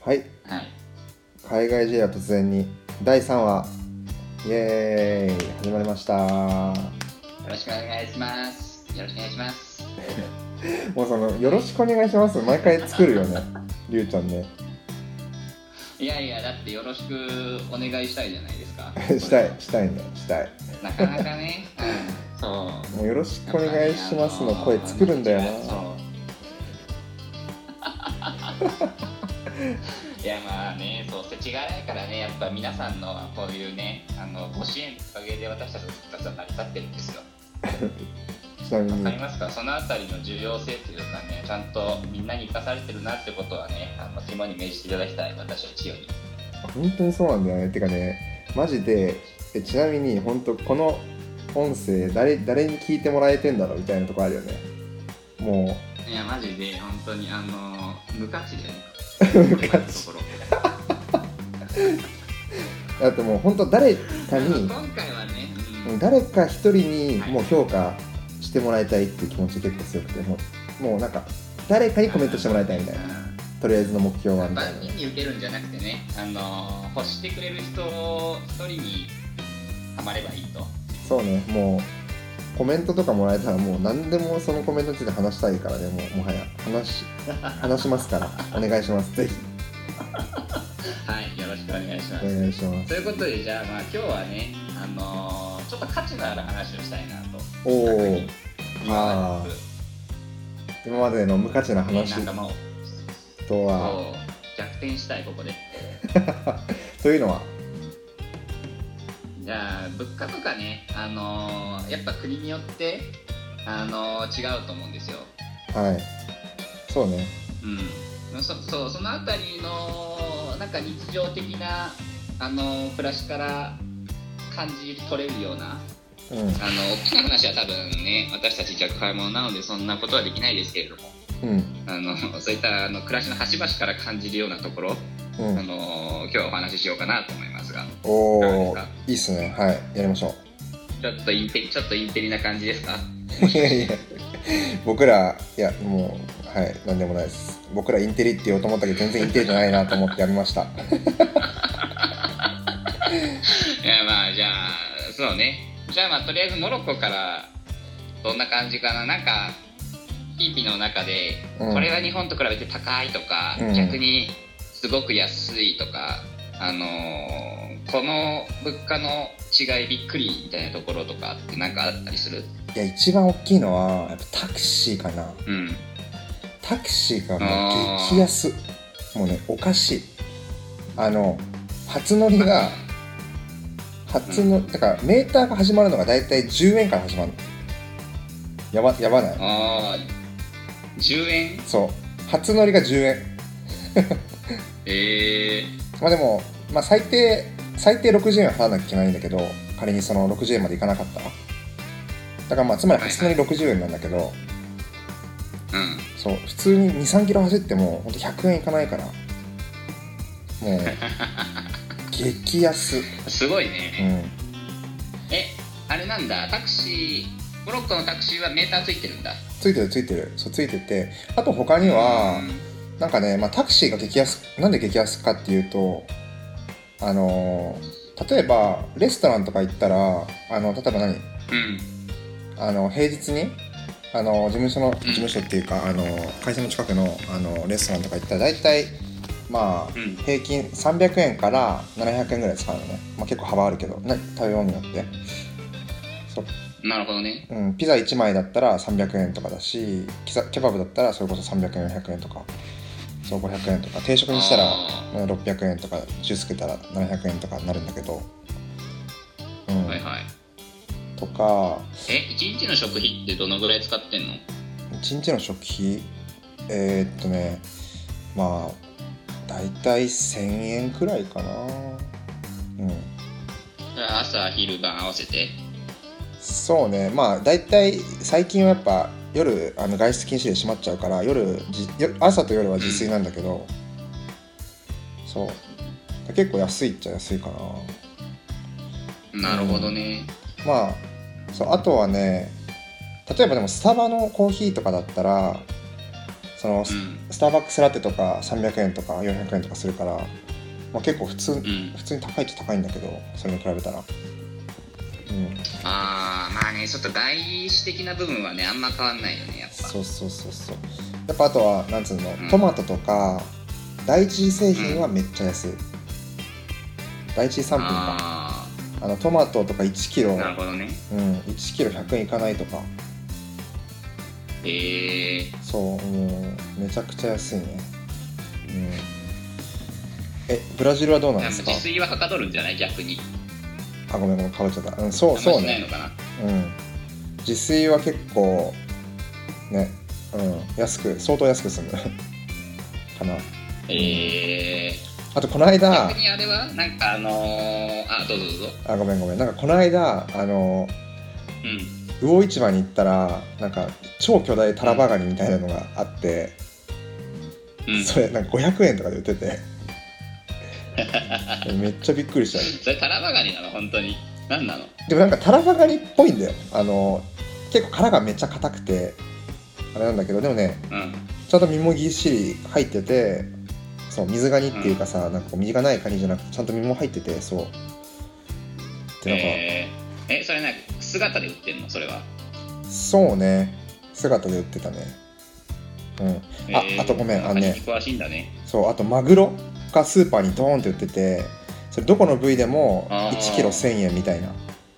はい、 はい。 海外 J は突然に第3話イエーイ始まりました。 よろしくお願いします。よろしくお願いします。 もうそのよろしくお願いします毎回作るよねりゅうちゃんね。 いやいや、だってよろしくお願いしたいじゃないですか。 したいね、したい。 なかなかね、そう。 もうよろしくお願いしますの声作るんだよな。 いやまあね、そう世知がないからね、やっぱ皆さんのこういうね、ご支援のおかげで私たちの生活は成り立ってるんですよ。 ちなみにわかりますか？そのあたりの重要性というかね、ちゃんとみんなに生かされてるなってことはね、肝に銘じていただきたい、私は千代に。 本当にそうなんだよね。てかね、マジでちなみに本当この音声誰に聞いてもらえてんだろうみたいなとこあるよね。もいやマジで本当に無価値でね。 無価値。だってもう本当誰かに今回はね、 誰か一人にもう評価してもらいたいっていう気持ち結構強くて、もうなんか誰かにコメントしてもらいたいみたいな、とりあえずの目標はみたいな。 万人に受けるんじゃなくてね、欲してくれる人一人にハマればいいと。 そうね、もうコメントとかもらえたらもう何でもそのコメントについて話したいからね。もはや話しますからお願いします、ぜひ。 はい、よろしくお願いします。 お願いします。 ということで、じゃあまあ今日はね、ちょっと価値のある話をしたいなと。 おお、今までの無価値な話とは逆転したい、ここで。 というのは、 じゃあ物価とかね、やっぱ国によって違うと思うんですよ。 はい、そうね。 そのあたりのなんか日常的な暮らしから感じ取れるような、大きな話は多分ね、私たち若輩者なのでそんなことはできないですけれども、そういった暮らしの端々から感じるようなところ、今日はお話ししようかなと思いますが、 おお、いいっすね。はい、やりましょう。ちょっとインテリな感じですか？ いやいや、僕ら、いやもう、はい、なんでもないです。僕らインテリって言おうと思ったけど全然インテリじゃないなと思ってやめました。いやまあじゃあそうね、じゃあまあとりあえずモロッコからどんな感じかな。なんか日々の中で、これは日本と比べて高いとか、逆にすごく安いとか、この物価の違いびっくりみたいなところとかってなんかあったりする？ や、一番大きいのはやっぱタクシーかな。タクシーがもう激安。もうね、おかしい。初乗りがだからメーターが始まるのがだいたい10円から始まるの。やばない？ 10円？ そう、初乗りが10円。まあでも、まあ、最低60円は払わなきゃいけないんだけど、仮にその60円までいかなかったら、だからまあつまり初乗り60円なんだけど、そう、普通に 2,3 キロ走ってもほんと100円いかないから、もう激安。 すごいね。あれなんだ、タクシー、モロッコのタクシーはメーターついてるんだ。 ついてる。そう、ついてて、あと他にはなんかね、まあ、タクシーがなんで激安かっていうと、例えばレストランとか行ったら、例えば平日に事務所っていうか会社の近くのレストランとか行ったら大体まあ、平均300円から700円ぐらい使うのね。まあ、結構幅あるけど、食べ物によって。そう。 なるほどね。 ピザ1枚だったら300円とかだし、ケバブだったらそれこそ300円400円とか、そう500円とか、定食にしたら600円とか、ジュースつけたら700円とかになるんだけど、 はいはい。 とか。 1日の食費ってどのぐらい使ってんの ？1日の食費、まあだいたい1000円くらいかな。 朝昼晩合わせて。 そうね、まあだいたい最近はやっぱ夜外出禁止で閉まっちゃうから、朝と夜は自炊なんだけど、そう結構安いっちゃ安いかな。なるほどね。 まあそう、あとはね、例えばでもスタバのコーヒーとかだったらその、スターバックスラテとか300円とか400円とかするから、まあ、結構普通に高いっちゃ高いんだけど、それに比べたら、 まあね、ちょっと外資的な部分はねあんま変わんないよね、やっぱ。 そうやっぱあとはなんつうの、トマトとか第一次製品はめっちゃ安い、第一次産品か、トマトとか1キロ、 なるほどね、 1キロ100円いかないとか、そう、もうめちゃくちゃ安いね。ブラジルはどうなんですか？ 自炊ははかどるんじゃない、逆に。 ごめんかぶっちゃった。そうね。自炊は結構ね、相当安く済むかな。あとこの間、 逆にあれはなんかどうぞ。 ごめん。なんかこの間魚市場に行ったら、なんか超巨大タラバガニみたいなのがあって、それなんか500円とかで売っててめっちゃびっくりした。 それタラバガニなの？本当に？何なの？ でもなんかタラバガニっぽいんだよ。結構殻がめっちゃ硬くてあれなんだけど、でもね、ちゃんと身もぎっしり入ってて、そう水ガニっていうかさ、なんかこう身がないカニじゃなくてちゃんと身も入ってて、そうでなんかそれなんか姿で売ってんの？それは。 そうね、姿で売ってたね。あとごめん、 詳しいんだね。 そう、あとマグロがスーパーにドーンって売ってて、それどこの部位でも1キロ1000円みたいな。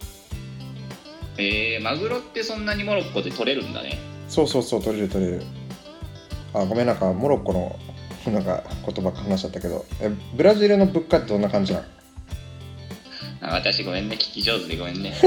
マグロってそんなにモロッコで取れるんだね。 そう取れる。ごめん、なんかモロッコのなんか言葉話しちゃったけど、ブラジルの物価ってどんな感じなの？ 私ごめんね、聞き上手でごめんね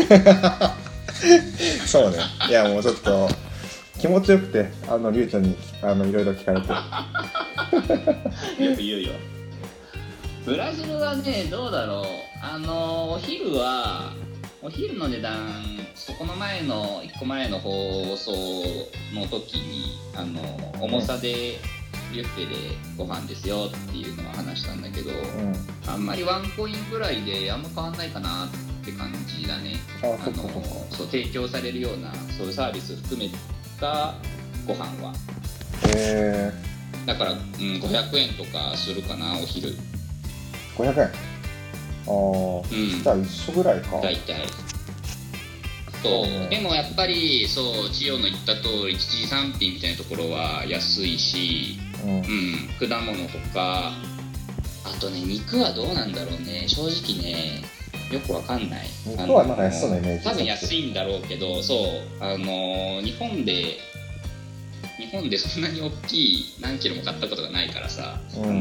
そうね、いやもうちょっと気持ちよくて、りゅうちゃんにいろいろ聞かれてよく言うよ。ブラジルはね、どうだろう、お昼の値段、この前の1個前の放送の時に重さでビュッフェでご飯ですよっていうのは話したんだけど、あんまりワンコインぐらいであんま変わんないかなって感じだね。そう提供されるようなそういうサービス含めたご飯は、だから、500円とかするかな、お昼。 500円。じゃあ一緒ぐらいか。 大体。そう、でもやっぱりそう千代の言った通り、一次産品みたいなところは安いし、果物とか、あとね、肉はどうなんだろうね、正直ねよくわかんない。 肉はなんか安そうなイメージ。 多分安いんだろうけど、そう日本でそんなに大きい何キロも買ったことがないからさ、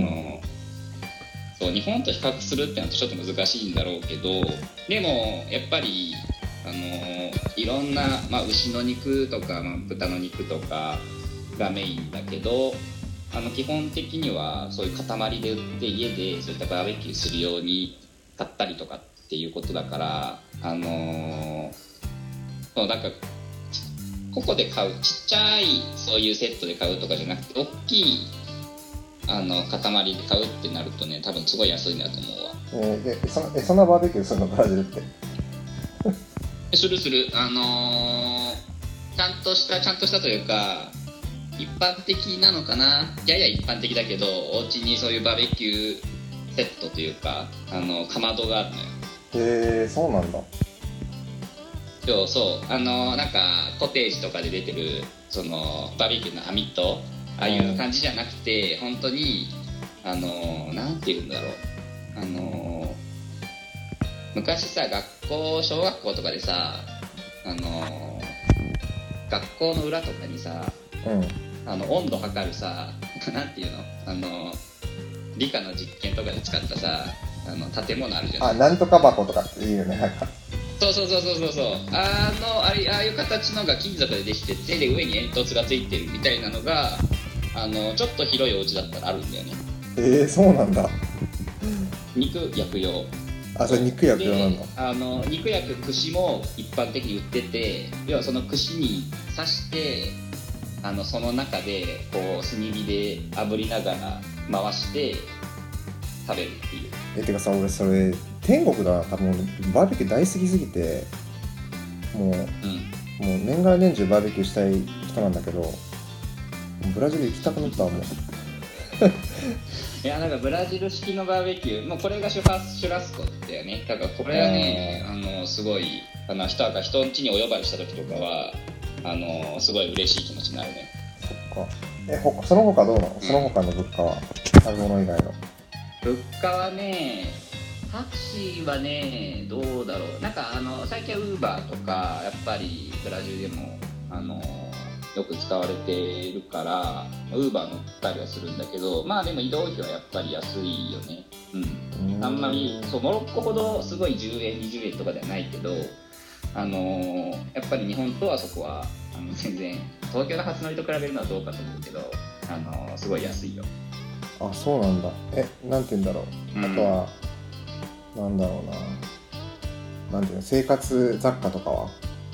そう日本と比較するってのはちょっと難しいんだろうけど、でもやっぱりいろんな、牛の肉とか、豚の肉とかがメインだけど、基本的にはそういう塊で売って家でそういったバーベキューするように買ったりとかっていうことだから、そうなんかここで買うちっちゃいそういうセットで買うとかじゃなくて、大きい塊で買うってなるとね、多分すごい安いんだと思うわ。 でそんなバーベキューするのブラジルってするちゃんとしたというか一般的なのかな、やや一般的だけど、お家にそういうバーベキューセットというかかまどがあるのよ。 そうなんだ。 そうなんかコテージとかで出てるそのバーベキューの網とああいう感じじゃなくて、本当になんて言うんだろう、昔さ、小学校とかでさ、学校の裏とかにさ、温度測るさ、なんていうの、理科の実験とかで使ったさ、建物あるじゃない。 なんとか箱とかっていうよね、なんか。 そうああいう形のが金属でできてて、で上に煙突がついてるみたいなのがちょっと広いお家だったらあるんだよね。 そうなんだ。 肉焼く用。 それ肉焼く用なんだ。 肉焼く串も一般的に売ってて、要はその串に刺してその中でこう炭火で炙りながら回して食べるっていう。 てかさ、俺それ天国だな。多分バーベキュー大好きすぎて、もう年がら年中バーベキューしたい人なんだけど、 ブラジル行きたくなったわもういやなんかブラジル式のバーベキュー、もうこれがシュラスコだよね。だからこれはね、すごい人が人ん家にお呼ばれした時とかはすごい嬉しい気持ちになるね。 そっか。その他どうなの？その他の物価は食べ物以外の物価はね、タクシーはねどうだろう。なんか最近はウーバーとかやっぱりブラジルでもよく使われているからウーバー乗ったりはするんだけど、まあでも移動費はやっぱり安いよね。あんまりそうモロッコほどすごい10円20円とかではないけど、やっぱり日本とはそこは全然東京の初乗りと比べるのはどうかと思うけどすごい安いよ。 あ、そうなんだ。なんて言うんだろう、あとはなんだろうな、なんていうの、生活雑貨とかは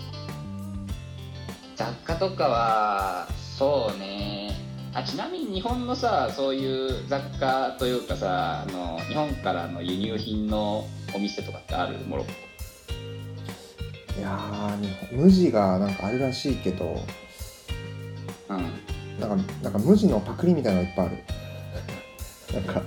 雑貨とかはそうね。ちなみに日本のさそういう雑貨というかさ日本からの輸入品のお店とかってある？モロッコ。 いやー、無地がなんかあるらしいけど、なんか無地のパクリみたいなのいっぱいあるなんか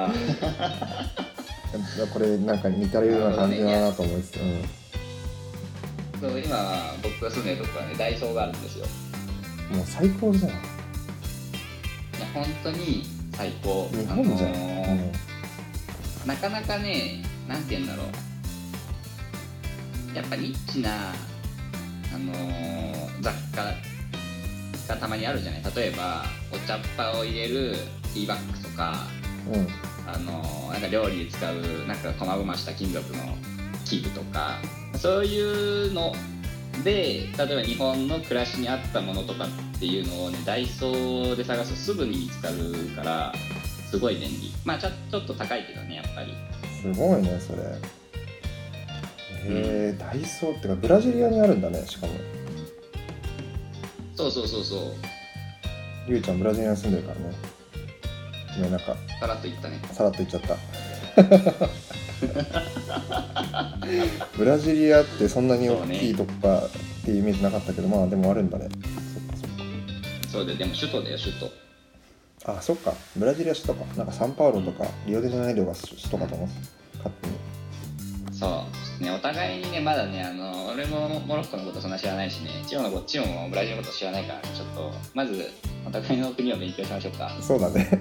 これなんか似たような感じだなと思いつつ、 そう今僕が住んでるとこはねダイソーがあるんですよ。 もう最高じゃん。 いや本当に最高。 日本じゃん、 なかなかね、なんて言うんだろう、やっぱニッチな雑貨がたまにあるじゃない。例えばお茶っ葉を入れるティーバッグとか、なんか料理で使うなんか細々した金属の器具とか、そういうので例えば日本の暮らしに合ったものとかっていうのをねダイソーで探すとすぐに見つかるからすごい便利。まあちょっと高いけどねやっぱり。 すごいねそれ。ダイソーってかブラジリアにあるんだね。しかもそうゆうちゃんブラジリアに住んでるからね。なんかさらっと言ったね。 さらっと言っちゃったブラジリアってそんなに大きいとこかっていうイメージなかったけど、まあでもあるんだね。 そうでも首都だよ首都。 あ、そっか、ブラジリア首都か。なんかサンパウロとかリオデジャネイロが首都かと思って勝手に。 そうね、お互いにねまだね俺もモロッコのことそんな知らないしね、チモもブラジルのこと知らないから、ね、ちょっとまずお互いの国を勉強しましょうか。 そうだね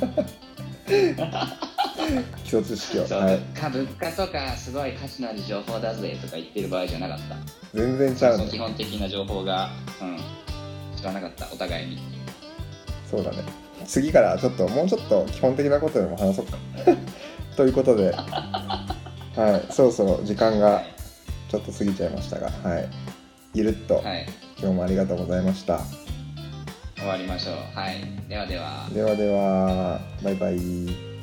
基礎知識を。 そう、物価とかすごい価値のある情報だぜとか言ってる場合じゃなかった。 全然ちゃうね。 基本的な情報が、知らなかったお互いに。 そうだね。次からちょっともうちょっと基本的なことでも話そうかということではい、そろそろ時間がちょっと過ぎちゃいましたが、はい、ゆるっと、今日もありがとうございました。 終わりましょう。はい、ではでは。 ではでは、バイバイ。